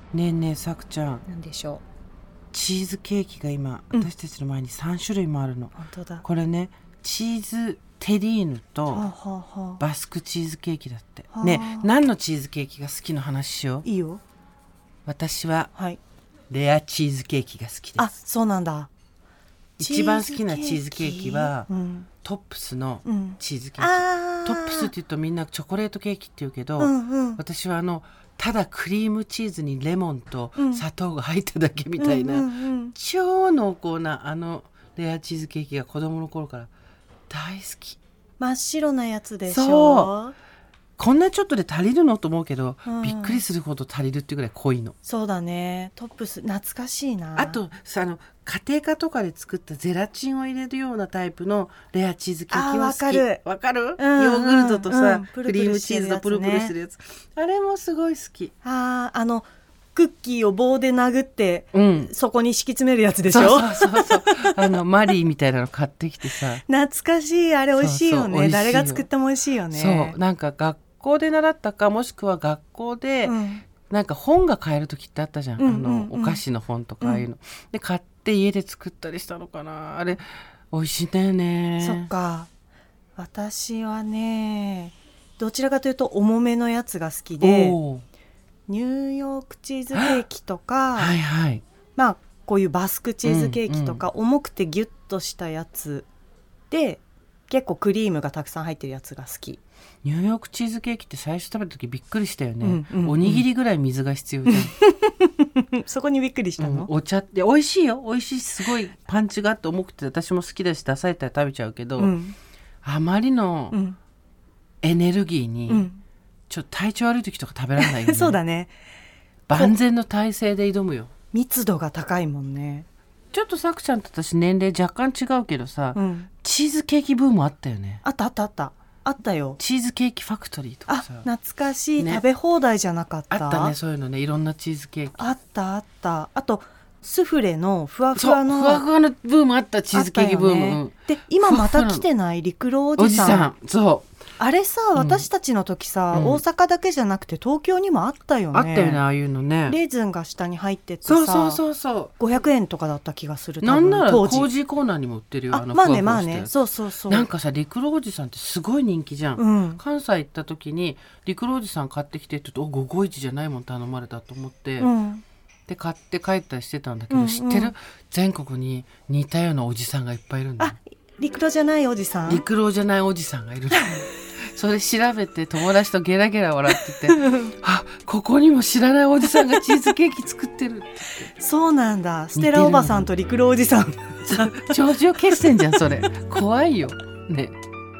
ねえねえさくちゃん、 なんでしょチーズケーキが今、私たちの前に3種類もあるの。 本当だ。 これね、チーズテリーヌとはあはあはあ、 バスクチーズケーキだって、 はあ、 ねえ何のチーズケーキが好きの話しよう。 いいよ。 私ははい。 レアチーズケーキが好きです。 あ、そうなんだ。 一番好きなチーズケーキは、トップスのチーズケーキ、トップスって言うとみんなチョコレートケーキって言うけど、私はただクリームチーズにレモンと砂糖が入っただけみたいな、超濃厚なレアチーズケーキが子供の頃から大好き。 真っ白なやつでしょ。 そう、こんなちょっとで足りるのと思うけど、びっくりするほど足りるっていうぐらい濃いの。 そうだね。トップス懐かしいな。 あとさ、家庭科とかで作ったゼラチンを入れるようなタイプのレアチーズケーキは好き。わかる、ヨーグルトとさ、クリームチーズとプルプルするやつ、あれもすごい好き。 クッキーを棒で殴って、そこに敷き詰めるやつでしょ。 そうマリーみたいなの買ってきてさ、 懐かしい。あれ美味しいよね。誰が作っても美味しいよね。 そう、なんか学校で習ったか、もしくは学校で、なんか本が買える時ってあったじゃん、お菓子の本とかああいうの、で買って家で作ったりしたのかな。あれ美味しいんだよね。 そっか。私はね、どちらかというと重めのやつが好きで、ニューヨークチーズケーキとかまあこういうバスクチーズケーキとか、重くてギュッとしたやつで結構クリームがたくさん入ってるやつが好き。 ニューヨークチーズケーキって最初食べた時びっくりしたよね、おにぎりぐらい水が必要じゃんそこにびっくりしたの、 お茶って美味しいよ、美味しい、すごいパンチがあって重くて私も好きだし、出されたら食べちゃうけど、あまりのエネルギーに、ちょっと体調悪い時とか食べられないよねそうだね。 万全の体制で挑むよ。 密度が高いもんね。 ちょっとさくちゃんと私年齢若干違うけどさ、チーズケーキブームあったよね。 あったよ。 チーズケーキファクトリーとかさ、 懐かしい、食べ放題じゃなかった？ あったね、そういうのね、いろんなチーズケーキあった。あとスフレのふわふわのふわふわのブームあった。チーズケーキブーム、 で今また来てない？陸路おじさん。 そうあれさ、私たちの時さ、大阪だけじゃなくて東京にもあったよね。 あったよね、ああいうのね。 レーズンが下に入っててさ、 そう 500円とかだった気がする。 なんならコージーコーナーにも売ってるよ。 まあねそうなんかさ、陸路おじさんってすごい人気じゃん、関西行った時に陸路おじさん買ってきてって言うと、551じゃないもん頼まれたと思って、で買って帰ったりしてたんだけど、知ってる？全国に似たようなおじさんがいっぱいいるんだ。 陸路じゃないおじさん？ 陸路じゃないおじさんがいるのそれ調べて友達とゲラゲラ笑っててあ、ここにも知らないおじさんがチーズケーキ作ってるってそうなんだ。ステラおばさんと陸路おじさん頂上決戦じゃんそれ怖いよね。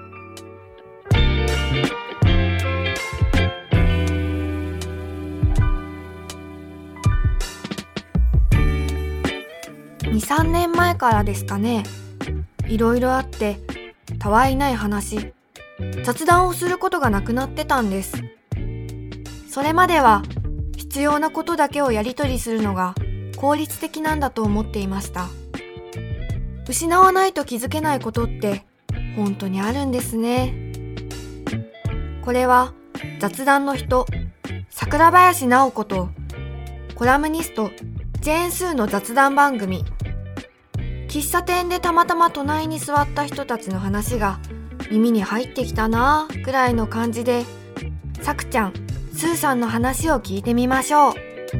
2、3年前からですかね。いろいろあってたわいない話、雑談をすることがなくなってたんです。それまでは必要なことだけをやり取りするのが効率的なんだと思っていました。失わないと気づけないことって本当にあるんですね。これは雑談の人、桜林直子とコラムニストジェーン・スーの雑談番組。喫茶店でたまたま隣に座った人たちの話が耳に入ってきたなぁくらいの感じで、さくちゃん、スーさんの話を聞いてみましょう。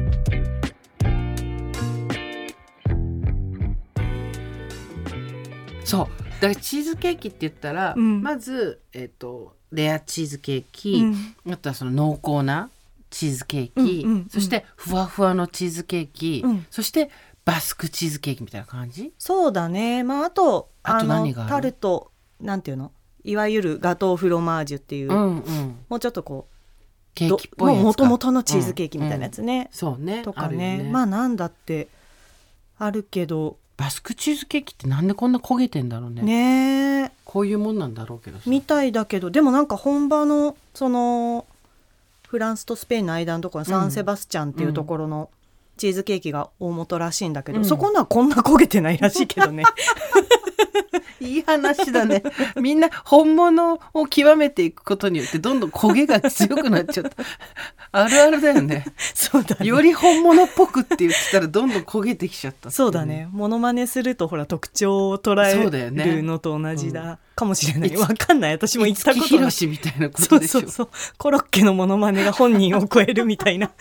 そうだからチーズケーキって言ったら、まず、レアチーズケーキ、あとはその濃厚なチーズケーキ、そしてふわふわのチーズケーキ、そしてバスクチーズケーキみたいな感じ。 そうだね。あと何がある？ タルト、なんていうの、いわゆるガトーフロマージュっていう、もうちょっとこうケーキっぽいやつか、 もともとのチーズケーキみたいなやつね、 そうね、 とかね、 あるよね。 なんだってあるけど、 バスクチーズケーキってなんでこんな焦げてんだろうね。 ね、 こういうもんなんだろうけどみたいだけど、でもなんか本場のそのフランスとスペインの間のところのサンセバスチャンっていうところのチーズケーキが大元らしいんだけど、そこのはこんな焦げてないらしいけどねいい話だね。みんな本物を極めていくことによってどんどん焦げが強くなっちゃった。あるあるだよね。 そうだね。 より本物っぽくって言ってたらどんどん焦げてきちゃった、 そうだね。モノマネするとほら特徴を捉えるのと同じだかもしれない。わかんない。私も言ったことない。 五木ひろしみたいなことでしょ。 そうコロッケのモノマネが本人を超えるみたいな。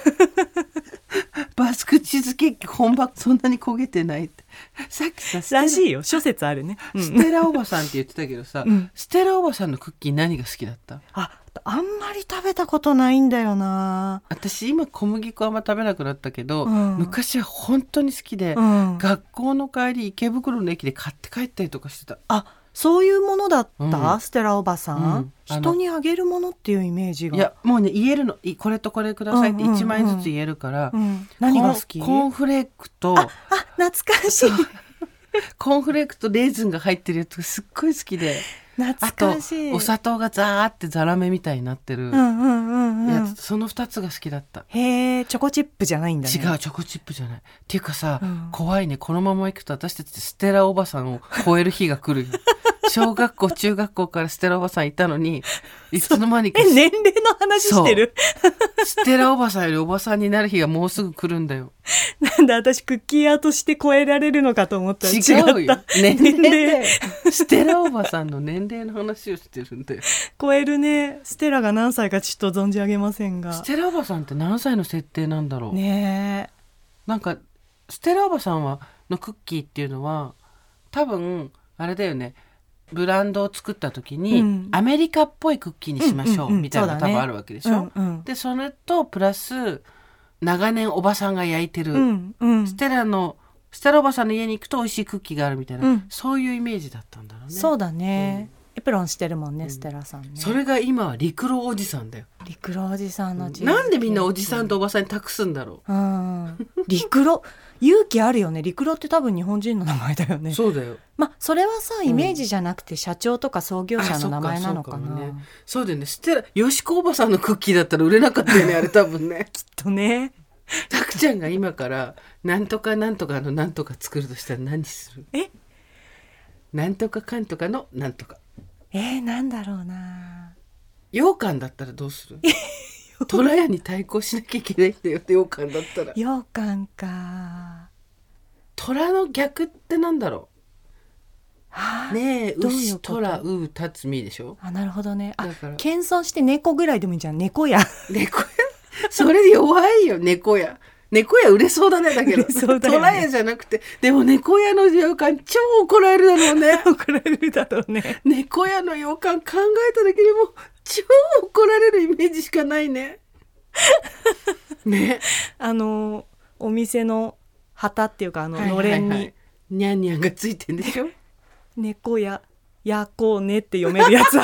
バスクチーズケーキ本場そんなに焦げてないってさっきさらしいよ。諸説あるね。 ステラおばさんって言ってたけどさ、ステラおばさんのクッキー何が好きだった？ あんまり食べたことないんだよな。 私今小麦粉あんま食べなくなったけど、昔は本当に好きで、学校の帰り池袋の駅で買って帰ったりとかしてた。 そういうものだった、ステラおばさん、人にあげるものっていうイメージが。 いやもうね言えるの、これとこれくださいって1枚ずつ言えるから、 何が好き？ コーンフレークと懐かしいコーンフレークとレーズンが入ってるやつがすっごい好きで、 懐かしい。 あとお砂糖がザーってザラメみたいになってるやつ、その2つが好きだった。 へえ、チョコチップじゃないんだね。 違う、チョコチップじゃないっていうかさ、怖いね。このまま行くと私たちステラおばさんを超える日が来るよ。小学校中学校からステラおばさんいたのにいつの間にか年齢の話してる。 ステラおばさんよりおばさんになる日がもうすぐ来るんだよ。 なんで私クッキー屋として超えられるのかと思ったら違った。 違うよ、年齢ステラおばさんの年齢の話をしてるんだよ。 超えるね。ステラが何歳かちょっと存じ上げませんが、 ステラおばさんって何歳の設定なんだろうね。 なんかステラおばさんのクッキーっていうのは多分あれだよね、ブランドを作った時に、アメリカっぽいクッキーにしましょうみたいなのが多分あるわけでしょ、でそれとプラス長年おばさんが焼いてる、ステラおばさんの家に行くと美味しいクッキーがあるみたいな、そういうイメージだったんだろうね。 そうだね、エプロンしてるもんね、ステラさんね。 それが今は陸路おじさんだよ。 陸路おじさんのなんでみんなおじさんとおばさんに託すんだろう。 陸路勇気あるよね。陸路って多分日本人の名前だよね。 そうだよ。 それはさイメージじゃなくて、社長とか創業者の名前なのかな。 そうだよね。ステラよしこおばさんのクッキーだったら売れなかったよねあれ多分ね。 きっとね。 たくちゃんが今からなんとかなんとかのなんとか作るとしたら何する？なんとかかんとかのなんとか。 なんだろうな。 羊羹だったらどうする？トラヤに対抗しなきゃいけないんだよ、羊羹だったら。 羊羹か。 トラの逆ってなんだろう。ねえ、牛、トラ、ウ、タツミでしょ。 なるほどね。謙遜して猫ぐらいでもいいじゃん。猫屋。 猫屋それ弱いよ。猫屋売れそうだね。だけどトラヤじゃなくて、でも猫屋の羊羹超怒られるだろうね。 怒られるだろうね。 猫屋の羊羹考えただけでも超怒られるイメージしかないね。ね。 お店の旗っていうかのれんにニャンニャンがついてんでしょ。 猫屋やこうねって読めるやつ。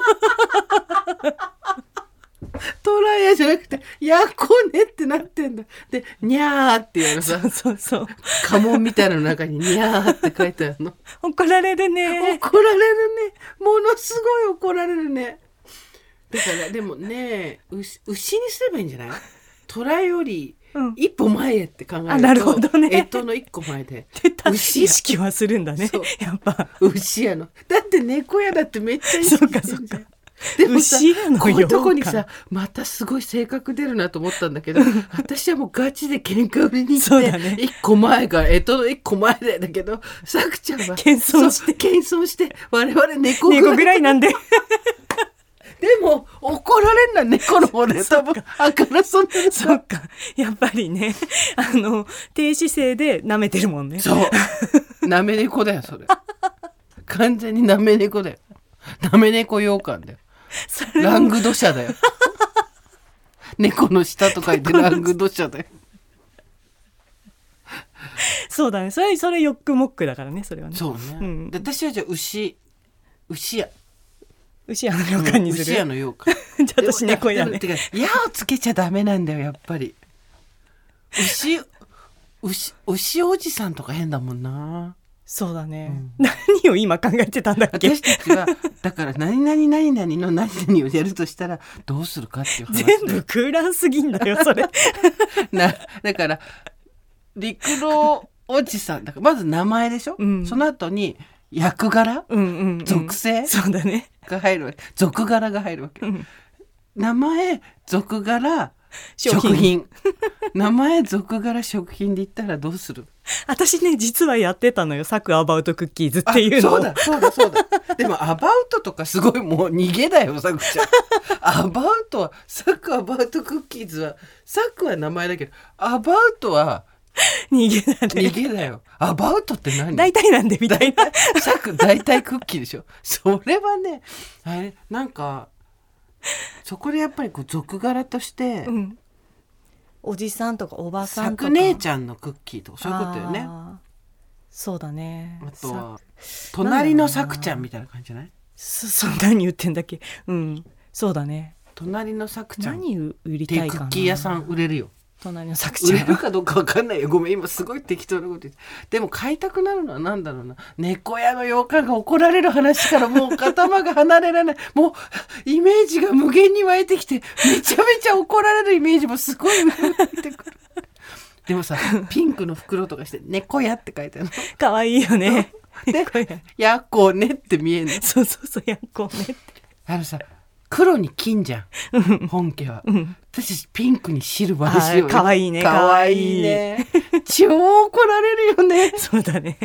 トラヤじゃなくてやこねってなってんだ。でニャーっていうのさ、 そう家紋みたいなの中にニャーって書いてあるの。 怒られるね。 怒られるね。ものすごい怒られるね。だからでもね、牛にすればいいんじゃない？トラより一歩前へって考えると、 なるほどね。 の一個前で牛意識はするんだね。やっぱ牛屋の。だって猫屋だってめっちゃ意識してるじゃん。でもさ、こういうとこにさ、またすごい性格出るなと思ったんだけど、私はもうガチで喧嘩売りに行って、一個前からの一個前でだけど、さくちゃんは謙遜して我々猫ぐらいなんで。 でも怒られんな、猫の方で多分あからそんなに。 そっか、やっぱりね、低姿勢で舐めてるもんね。 そうなめ猫だよそれ。完全になめ猫だよ。なめ猫羊羹だよ。ラングドシャだよ。猫の下と書いてラングドシャだよ。 そうだね。それヨックモックだからね、それはね。 そうね。で私はじゃあ牛屋の羊羹にする。 牛屋の羊羹。 じゃあ私猫屋ね。 てか矢をつけちゃダメなんだよやっぱり。牛おじさんとか変だもんな。 そうだね、何を今考えてたんだっけ。 私たちはだから何々何々の何々をやるとしたらどうするかっていう話。 全部空欄すぎんだよそれ。 だから陸路おじさんだからまず名前でしょ、その後に役柄、属性そうだねが入るわけ、属柄が入るわけ、名前属柄食品名前属柄食品で言ったらどうする？ 私ね実はやってたのよ、サクアバウトクッキーズっていうのを。 そうだでもアバウトとかすごいもう逃げだよサクちゃんアバウトはサクアバウトクッキーズはサクは名前だけどアバウトは逃げだよ。アバウトって何？ 大体なんでみたいなサク大体クッキーでしょ。それはねあれなんかそこでやっぱりこう俗柄として、 おじさんとかおばさんとかサク姉ちゃんのクッキーとかそういうことよね。 そうだね。 あとは隣のサクちゃんみたいな感じじゃない？ そんなに言ってんだっけ。そうだね。 隣のサクちゃん何売りたいかな。 クッキー屋さん売れるよ。 隣のサクちゃん売れるかどうか分かんないよ。ごめん今すごい適当なこと言って。でも買いたくなるのはなんだろうな。猫屋の洋館が怒られる話からもう頭が離れられない。もうイメージが無限に湧いてきてめちゃめちゃ怒られるイメージもすごい湧いてくる。でもさピンクの袋とかして猫屋って書いてあるの。 かわいいよね。 猫屋。やっこねって見えるの。 そうやっこねって。 さ黒に金じゃん本家は、私ピンクにシルバーですよ。 かわいいね。 かわいいね。超怒られるよね。 そうだね。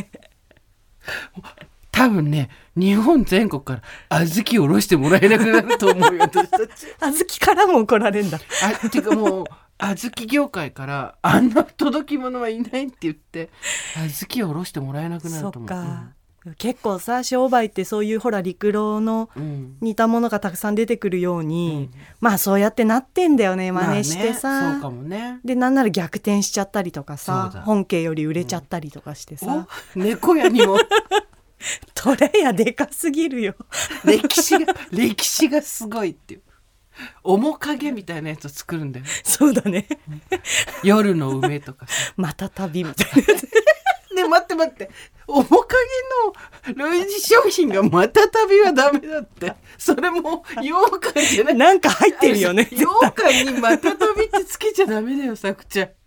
多分ね日本全国から小豆を下ろしてもらえなくなると思うよ私たち。 小豆からも怒られるんだ。 てかもう小豆業界からあんな届き物はいないって言って小豆を下ろしてもらえなくなると思う。 そっか、結構さ商売ってそういうほら陸路の似たものがたくさん出てくるように、まあそうやってなってんだよね。真似してさ、 そうかもね。 でなんなら逆転しちゃったりとかさ、本家より売れちゃったりとかしてさ、 猫屋にもトレイヤでかすぎるよ歴史がすごいっていう面影みたいなやつを作るんだよ。 そうだね、 夜の梅とかさまた旅みたいなね待って面影の類似商品がまた旅はダメだって。それも羊羹じゃないなんか入ってるよね。 羊羹にまた旅ってつけちゃダメだよさくちゃん。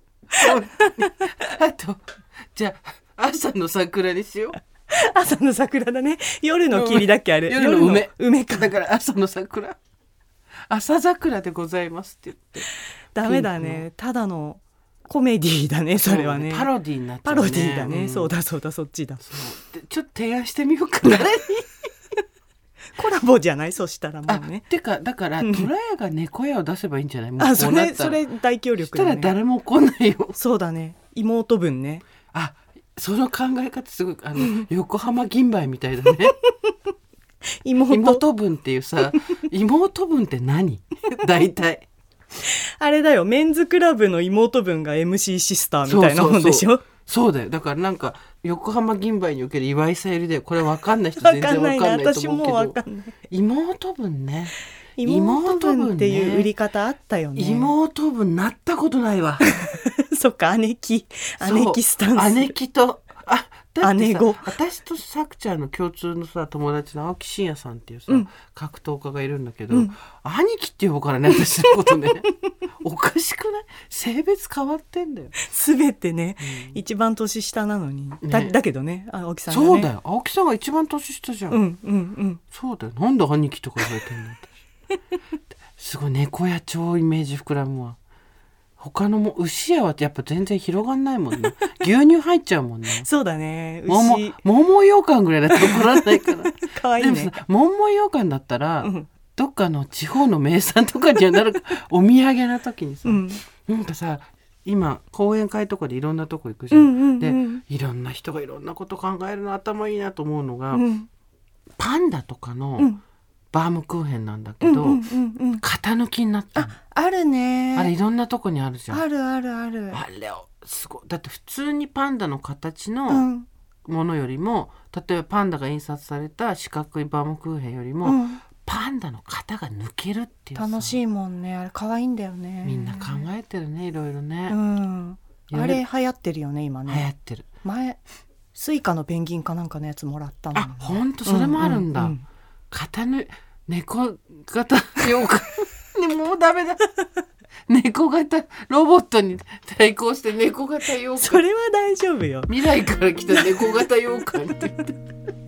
あとじゃあ朝の桜にしよう。 朝の桜だね。夜の霧だっけあれ。 夜の梅か。 だから朝の桜朝桜でございますって言って。 ダメだね。ただのコメディだねそれはね。 パロディになっちゃうね。 パロディだね、そうだそっちだ。 でちょっと提案してみようかなコラボじゃない？そしたらもうね。 てかだからトラヤが猫屋を出せばいいんじゃない？もうこうなったらそれ大協力だね。そしたら誰も来ないよ。 そうだね。妹分ね。 その考え方すごい横浜銀杯みたいだね妹分っていうさ妹分って何大体あれだよ、メンズクラブの妹分が MC シスターみたいなもんでしょ。 そうだよ。だからなんか横浜銀杯における岩井さゆりでこれ分かんない人全然分かんないと思うけど、 私も分かんない。 妹分ね。 妹分っていう売り方あったよね。 妹分なったことないわそっか、姉貴スタンス。 姉貴とだって姉子。 私とさくちゃんの共通のさ友達の青木真也さんっていうさ、格闘家がいるんだけど、兄貴って呼ぶからね私のことねおかしくない？性別変わってんだよ全てね、一番年下なのに、だけどね青木さんがね。 そうだよ、青木さんが一番年下じゃん。そうだよ。なんで兄貴とか言われてんのすごい猫屋超イメージ膨らむわ。他のも牛屋はやっぱ全然広がんないもんね牛乳入っちゃうもんねそうだね。 桃羊羹ぐらいだったら怒らないからかわいいね。 でもさ桃羊羹だったら、どっかの地方の名産とかにはなるお土産な時にさ、なんかさ今講演会とかでいろんなとこ行くじゃん、でいろんな人がいろんなこと考えるの頭いいなと思うのが、パンダとかの、バームクーヘンなんだけど、型抜きになったの。 あるね。 あれいろんなとこにあるじゃん。 ある。 あれすごい。だって普通にパンダの形のものよりも、例えばパンダが印刷された四角いバームクーヘンよりも、パンダの型が抜けるっていうさ。 楽しいもんね。あれ可愛いんだよね。 みんな考えてるね、いろいろね。 あれ流行ってるよね今ね。 流行ってる。 前スイカのペンギンかなんかのやつもらったもんね。 ほんとそれもあるんだ。猫型羊羹ね、もうダメだ猫型ロボットに対抗して猫型羊羹。 それは大丈夫よ。 未来から来た猫型羊羹って言って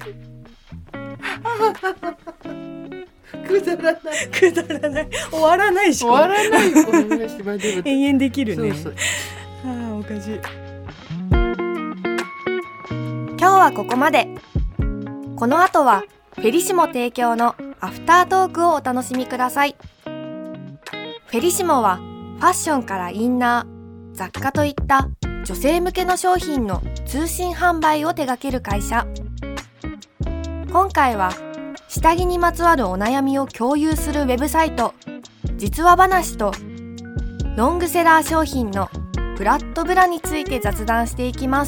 くだらないくだらない、終わらないし、 終わらないこの話まで延々できるね。 そうあ、おかしい。 今日はここまで。この後はフェリシモ提供のアフタートークをお楽しみください。フェリシモはファッションからインナー、雑貨といった女性向けの商品の通信販売を手掛ける会社。今回は下着にまつわるお悩みを共有するウェブサイト実話話とロングセラー商品のフラットブラについて雑談していきます。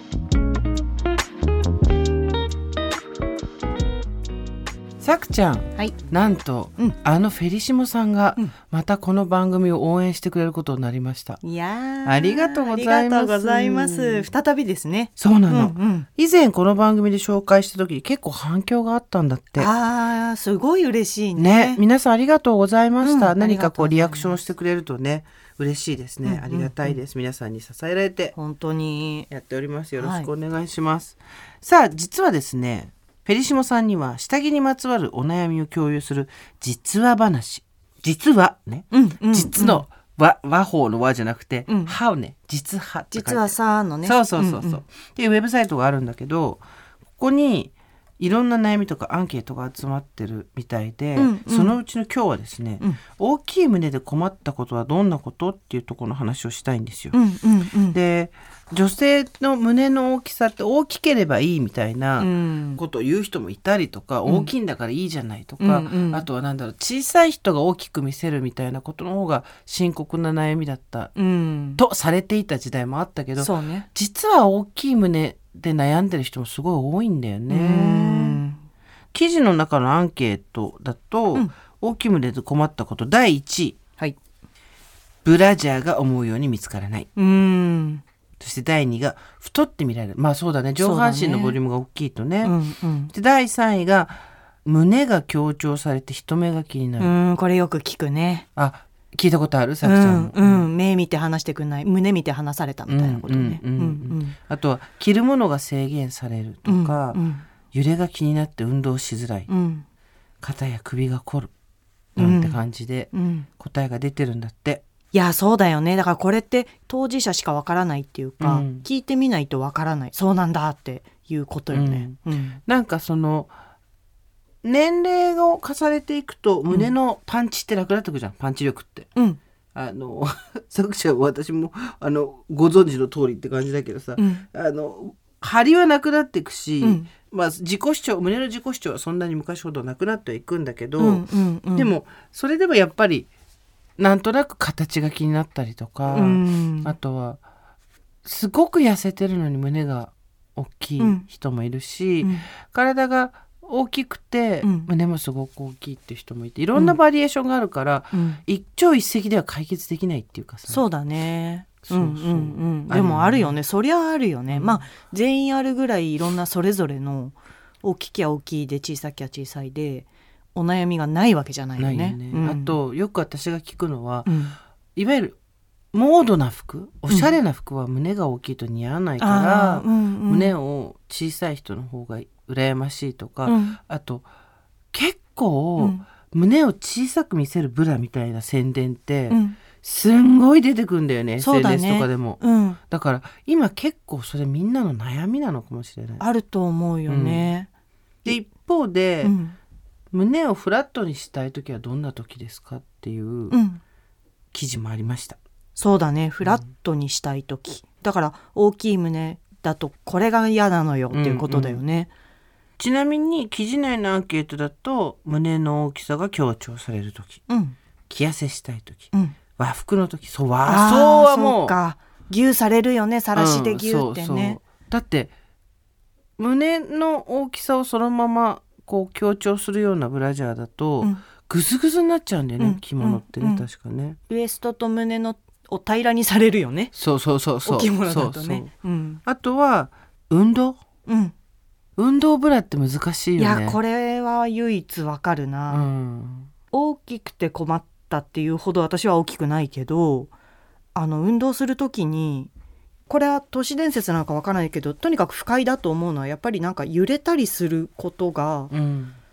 さくちゃん、 はい、 なんと、あのフェリシモさんがまたこの番組を応援してくれることになりました。 いやありがとうございます。 ありがとうございます。再びですね。 そうなの、以前この番組で紹介した時に結構反響があったんだって。 あー、すごい嬉しい ね。 皆さんありがとうございました、何かこうリアクションしてくれるとね嬉しいですね、ありがたいです。皆さんに支えられて本当にやっております。よろしくお願いします、さあ実はですね、フェリシモさんには下着にまつわるお悩みを共有する実話話、実話ね、実の和法の和じゃなくて、はをね、実話って書いて、 実はさのね、 そうっていうウェブサイトがあるんだけど、ここにいろんな悩みとかアンケートが集まってるみたいで、そのうちの今日はですね、大きい胸で困ったことはどんなことっていうところの話をしたいんですよ。で、女性の胸の大きさって大きければいいみたいなことを言う人もいたりとか、大きいんだからいいじゃないとか、あとはなんだろう、小さい人が大きく見せるみたいなことの方が深刻な悩みだった、とされていた時代もあったけど、 そうね、 実は大きい胸で悩んでる人もすごい多いんだよね。記事の中のアンケートだと、大きい胸で困ったこと第1位、ブラジャーが思うように見つからない。そして第2位が太って見られる。まあそうだね、上半身のボリュームが大きいとね。で第3位が胸が強調されて人目が気になる。 これよく聞くね。 あ、聞いたことある？さくちゃん。 目見て話してくんない、胸見て話されたみたいなことね。 あとは着るものが制限されるとか、揺れが気になって運動しづらい、肩や首が凝るなんて感じで答えが出てるんだって。 いや、そうだよね。だからこれって当事者しかわからないっていうか、聞いてみないとわからない、そうなんだっていうことよね。 なんかその年齢を重ねていくと胸のパンチってなくなってくじゃん、パンチ力って。さくちゃん、私もご存知の通りって感じだけどさ、張りはなくなっていくし、まあ、自己主張、胸の自己主張はそんなに昔ほどなくなってはいくんだけど、でもそれでもやっぱりなんとなく形が気になったりとか、あとはすごく痩せてるのに胸が大きい人もいるし、体が大きくて胸もすごく大きいっていう人もいて、いろんなバリエーションがあるから、一朝一夕では解決できないっていうかさ。 そうだね。でもあるよね、そりゃあるよね。まあ全員あるぐらい、いろんなそれぞれの大ききゃ大きいで小さきゃ小さいでお悩みがないわけじゃないよね。 あとよく私が聞くのは、いわゆるモードな服、おしゃれな服は胸が大きいと似合わないから、胸を小さい人の方が羨ましいとか、あと結構、胸を小さく見せるブラみたいな宣伝って、すんごい出てくるんだよね、SNS とかでも。だから今結構それみんなの悩みなのかもしれない。 あると思うよね。 で一方で、胸をフラットにしたい時はどんな時ですかっていう記事もありました。 そうだね、フラットにしたい時、だから大きい胸だとこれが嫌なのよっていうことだよね。 ちなみに記事内のアンケートだと、胸の大きさが強調される時、着痩せしたい時、和服の時、和装はもうそうか、ギューされるよね、さらしでギューってね。 だって胸の大きさをそのままこう強調するようなブラジャーだと、グズグズになっちゃうんだよね、着物ってね、確かね。 ウエストと胸のを平らにされるよね。 そうお着物だとね。 あとは運動ブラって難しいよね。 いや、これは唯一わかるな。大きくて困ったっていうほど私は大きくないけど、運動するときに、これは都市伝説なのかわからないけど、とにかく不快だと思うのは、やっぱりなんか揺れたりすることが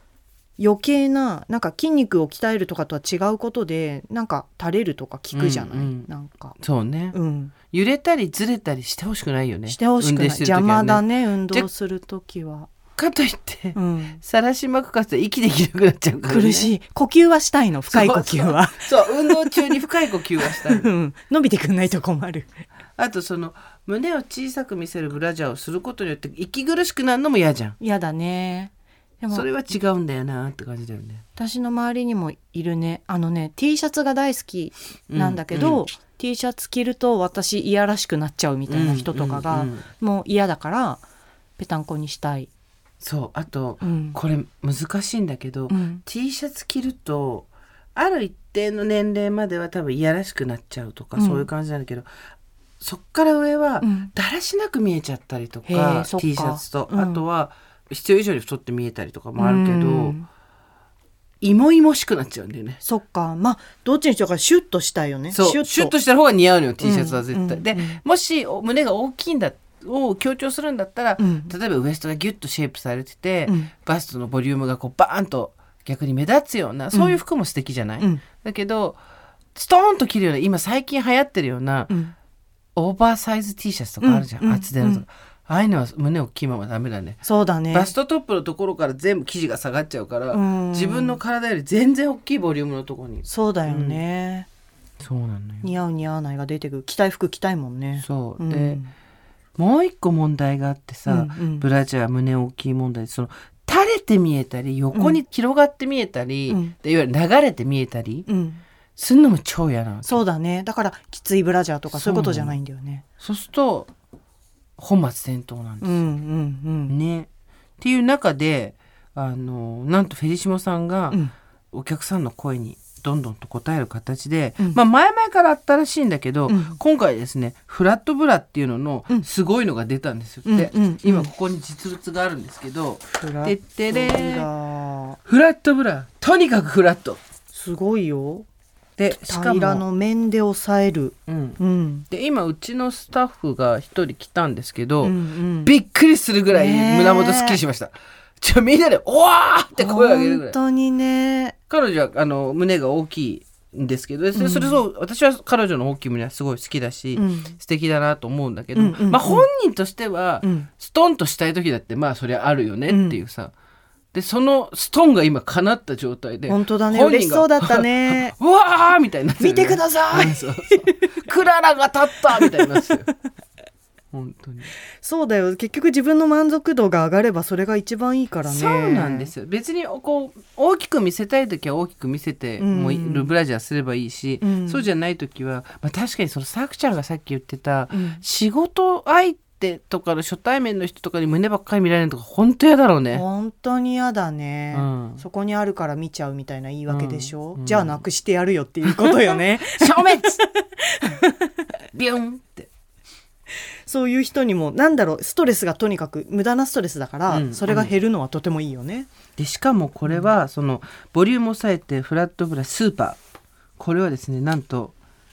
余計ななんか筋肉を鍛えるとかとは違うことでなんか垂れるとか聞くじゃない、なんかそうね、揺れたりずれたりしてほしくないよね。 してほしくない、邪魔だね運動するときは。 かといってさらしまくかつて息できなくなっちゃうからね。 苦しい。呼吸はしたいの、深い呼吸は。 そう運動中に深い呼吸はしたい伸びてくんないと困る。 あとその胸を小さく見せるブラジャーをすることによって息苦しくなるのも嫌じゃん。 嫌だね。でもそれは違うんだよなって感じだよね。 私の周りにもいるね。T シャツが大好きなんだけど、T シャツ着ると私いやらしくなっちゃうみたいな人とかが、もう嫌だからぺたんこにしたい。 そうあと、これ難しいんだけど、T シャツ着るとある一定の年齢までは多分いやらしくなっちゃうとか、そういう感じなんだけど、そっから上はだらしなく見えちゃったりとか、T シャツと、あとは必要以上に太って見えたりとかもあるけど、いもいもしくなっちゃうんだよね。 そっか、まあどっちにしようか、シュッとしたいよね。 そうシュッとした方が似合うのよ、T シャツは絶対、でもし胸が大きいんだを強調するんだったら、例えばウエストがギュッとシェイプされてて、バストのボリュームがこうバーンと逆に目立つような、そういう服も素敵じゃない、だけどストーンと着るような今最近流行ってるような、オーバーサイズ T シャツとかあるじゃん、厚手のとか、ああいうのは胸大きいままダメだね。 そうだね。 バストトップのところから全部生地が下がっちゃうから、自分の体より全然大きいボリュームのところに。 そうだよね、 そうなのよ。 似合う似合わないが出てくる。着たい服着たいもんね。 そうで、もう一個問題があってさ、ブラジャー胸大きい問題、その垂れて見えたり横に広がって見えたり、でいわゆる流れて見えたり、すんのも超嫌なの。 そうだね。だからきついブラジャーとかそういうことじゃないんだよね。 そうすると本末転倒なんですよ、ね。っていう中でなんとフェリシモさんがお客さんの声にどんどんと答える形で、前々からあったらしいんだけど、今回ですねフラットブラっていうののすごいのが出たんですよって、今ここに実物があるんですけど、てってれーフラットブラ、とにかくフラット、 すごいよ。 でしかも平らの面で押さえる、 で今うちのスタッフが一人来たんですけど、びっくりするぐらい胸元すっきりしました。みんなでおわーって声を上げるぐらい。 本当にね。 彼女は胸が大きいんですけど、それそう私は彼女の大きい胸はすごい好きだし、素敵だなと思うんだけど、本人としては、ストンとしたい時だってそりゃあるよねっていうさ、でそのストンが今叶った状態で、 本当だね、嬉しそうだったね。 うわーみたいになってる、 見てください、 クララが立ったみたいになってる本当にそうだよ。結局自分の満足度が上がればそれが一番いいからね。 そうなんですよ。別にこう大きく見せたい時は大きく見せてもいるブラジャーすればいいし、そうじゃない時は、確かにそのさくちゃんがさっき言ってた、仕事相手とかの初対面の人とかに胸ばっかり見られるのとか本当嫌だろうね。 本当に嫌だね、そこにあるから見ちゃうみたいな言い訳でしょ、じゃあなくしてやるよっていうことよね。 消滅ビュンって。 そういう人にもストレスがとにかく無駄なストレスだから、それが減るのはとてもいいよね。 でしかもこれはそのボリュームを抑えてフラットブラスーパー、これはですねなんと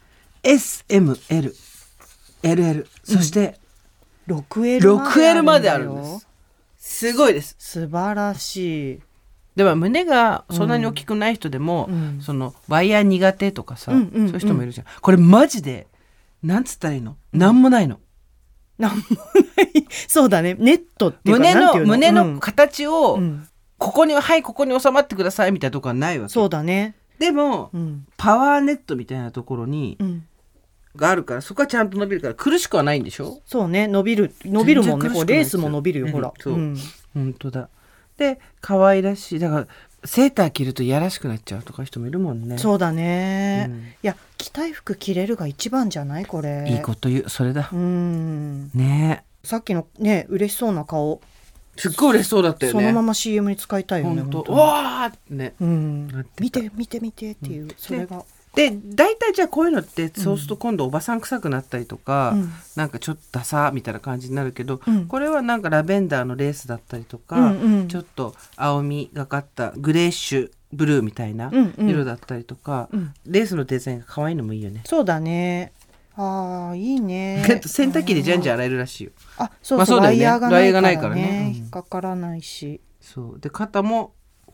SML、LL、そして、6L まであるんです。すごいです。 素晴らしい。 でも胸がそんなに大きくない人でも、そのワイヤー苦手とかさ、そういう人もいるじゃん。これマジでなんつったらいいの、なんもないの。 なんもないそうだね。ネットっていうか胸の形を、ここに収まってくださいみたいなところはないわけ。 そうだね。 でも、パワーネットみたいなところに、があるから、そこはちゃんと伸びるから苦しくはないんでしょ。 そうね、伸びるもんね。こうレースも伸びるよ、ほら。 そう、本当だ。で可愛らしい。だからセーター着るといやらしくなっちゃうとか人もいるもんね。 そうだね、いや着たい服着れるが一番じゃない。これいいこと言う。それだ。ね、 さっきのね嬉しそうな顔すっごい嬉しそうだったよね。 そのまま CM に使いたいよね。 本当わーってね、 見てっていう、それがで大体じゃあこういうのってそうすると今度おばさん臭くなったりとか、なんかちょっとダサみたいな感じになるけど、これはなんかラベンダーのレースだったりとか、ちょっと青みがかったグレーッシュブルーみたいな色だったりとか、レースのデザインが可愛いのもいいよね。 そうだね。あーいいね。 洗濯機でじゃんじゃん洗えるらしいよ。 そうそう、 だよね、 ワイヤーがないからね、 引引っかからないし。 そうで肩も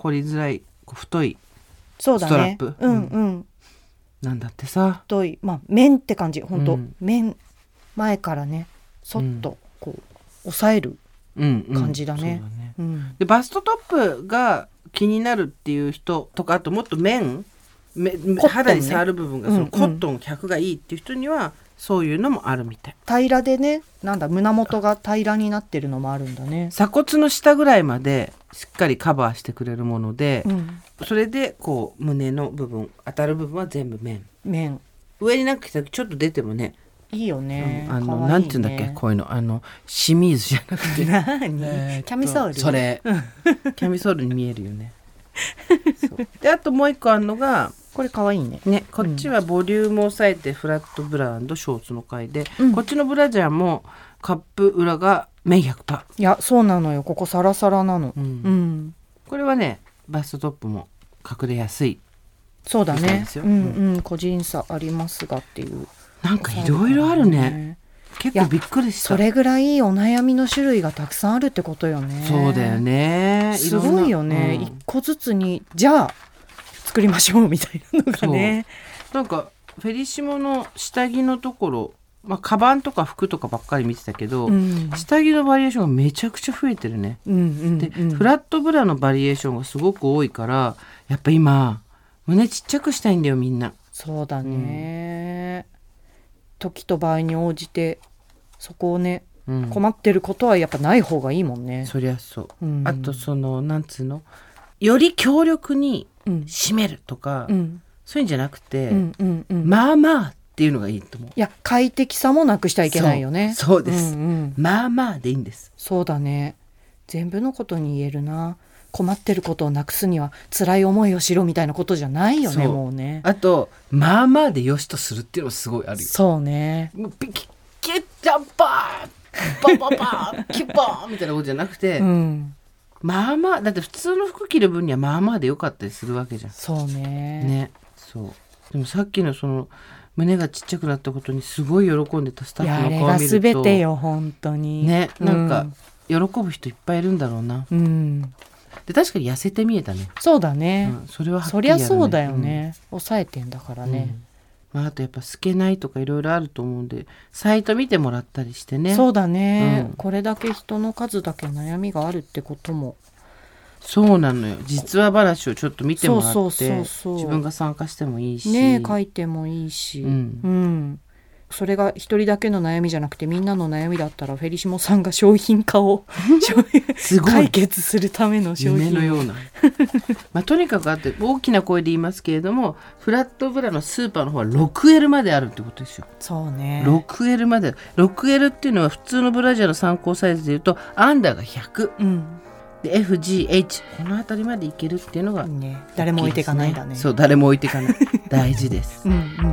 凝りづらい太いそうだね、 ストラップ、 うんうん、 なんだってさ、 太い、まあ、面って感じ、本当、面前からねそっとこう押さえる感じだね。 でバストトップが気になるっていう人とか、あともっと肌に触る部分がそのコットン100がいいっていう人にはそういうのもあるみたい。 平らでね、なんだ胸元が平らになってるのもあるんだね。 鎖骨の下ぐらいまでしっかりカバーしてくれるもので、それでこう胸の部分当たる部分は全部面上になんかちょっと出てもねいいよね。 なんていうんだっけ、こういうの清水じゃなくて何キャミソール、 それキャミソールに見えるよね。そうであともう一個あるのがこれかわいいね。 こっちはボリュームを抑えてフラットブラショーツの回で、こっちのブラジャーもカップ裏が綿 100%。 いやそうなのよ、ここサラサラなの、 これはねバストトップも隠れやすい。 そうだね、個人差ありますがっていう、 なんかいろいろあるね。結構びっくりした。 それぐらいお悩みの種類がたくさんあるってことよね。 そうだよね、 すごいよね、一個ずつにじゃあ作りましょうみたいなのがね。 なんかフェリシモの下着のところ、カバンとか服とかばっかり見てたけど、下着のバリエーションがめちゃくちゃ増えてるね。でフラットブラのバリエーションがすごく多いから、やっぱ今胸ちっちゃくしたいんだよみんな。 そうだね、時と場合に応じてそこをね、困ってることはやっぱない方がいいもんね。 そりゃそう、あとなんつうの、より強力に締めるとか、そういうんじゃなくて、まあまあっていうのがいいと思う。 いや快適さもなくしちゃいけないよね。 そうです、まあまあでいいんです。 そうだね、全部のことに言えるな。困ってることをなくすには辛い思いをしろみたいなことじゃないよね。もうね、 あとまあまあでよしとするっていうのはすごいあるよ。 そうね、 キッジャンパーバババーキッバーみたいなことじゃなくて、まあまあだって普通の服着る分にはまあまあでよかったりするわけじゃん。 そうね。 そうでもさっきのその胸がちっちゃくなったことにすごい喜んでたスタッフの顔見ると、 いやあれが全てよ本当にね、なんか喜ぶ人いっぱいいるんだろうな。で確かに痩せて見えたね。 そうだね、 それははっきそりやるね。 りゃそうだよね、抑えてんだからね。 あとやっぱ透けないとかいろいろあると思うんで、サイト見てもらったりしてね。 そうだね、これだけ人の数だけ悩みがあるってことも。 そうなのよ、実話話をちょっと見てもらって、自分が参加してもいいしね、書いてもいいし、それが一人だけの悩みじゃなくてみんなの悩みだったら、フェリシモさんが商品化をすごい解決するための商品、 夢のようなとにかくあって大きな声で言いますけれども、フラットブラのスーパーの方は 6L まであるってことですよ。 そうね、 6L まで。 6L っていうのは普通のブラジャーの参考サイズでいうとアンダーが100、で FGH この辺りまでいけるっていうのが、 誰も置いていかないんだね。 そう、誰も置いていかない大事です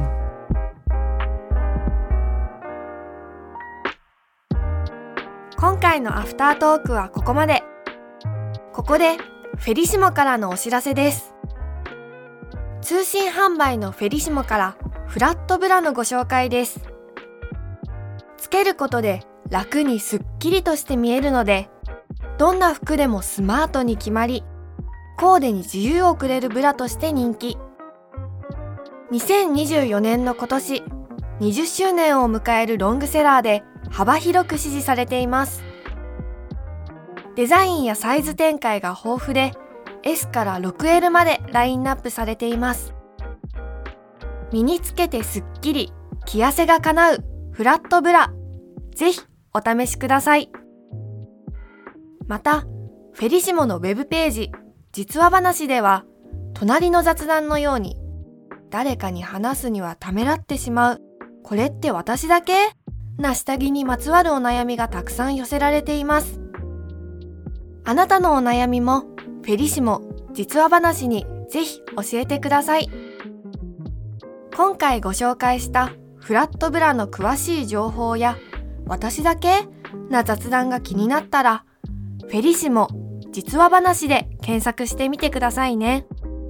今回のアフタートークはここまで。ここでフェリシモからのお知らせです。通信販売のフェリシモからフラットブラのご紹介です。つけることで楽にすっきりとして見えるので、どんな服でもスマートに決まり、コーデに自由をくれるブラとして人気。2024年の今年、20周年を迎えるロングセラーで幅広く支持されています。デザインやサイズ展開が豊富で、S から 6L までラインナップされています。身につけてすっきり、着痩せが叶うフラットブラ、ぜひお試しください。また、フェリシモのウェブページ、実話話では、隣の雑談のように、誰かに話すにはためらってしまう、これって私だけ？な下着にまつわるお悩みがたくさん寄せられています。あなたのお悩みも、フェリシモ実話話にぜひ教えてください。今回ご紹介したフラットブラの詳しい情報や、私だけ？な雑談が気になったら、フェリシモ実話話で検索してみてくださいね。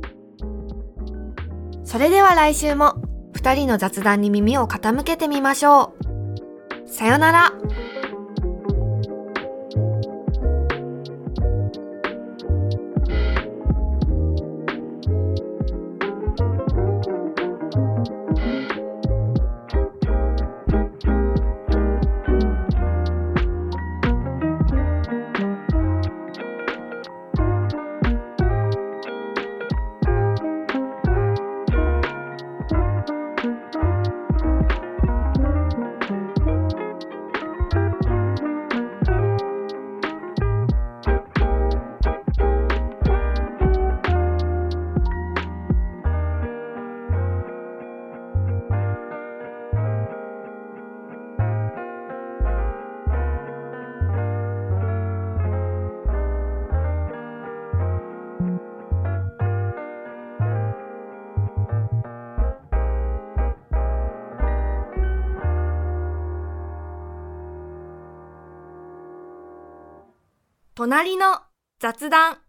それでは来週も2人の雑談に耳を傾けてみましょう。さよなら。 隣の雑談。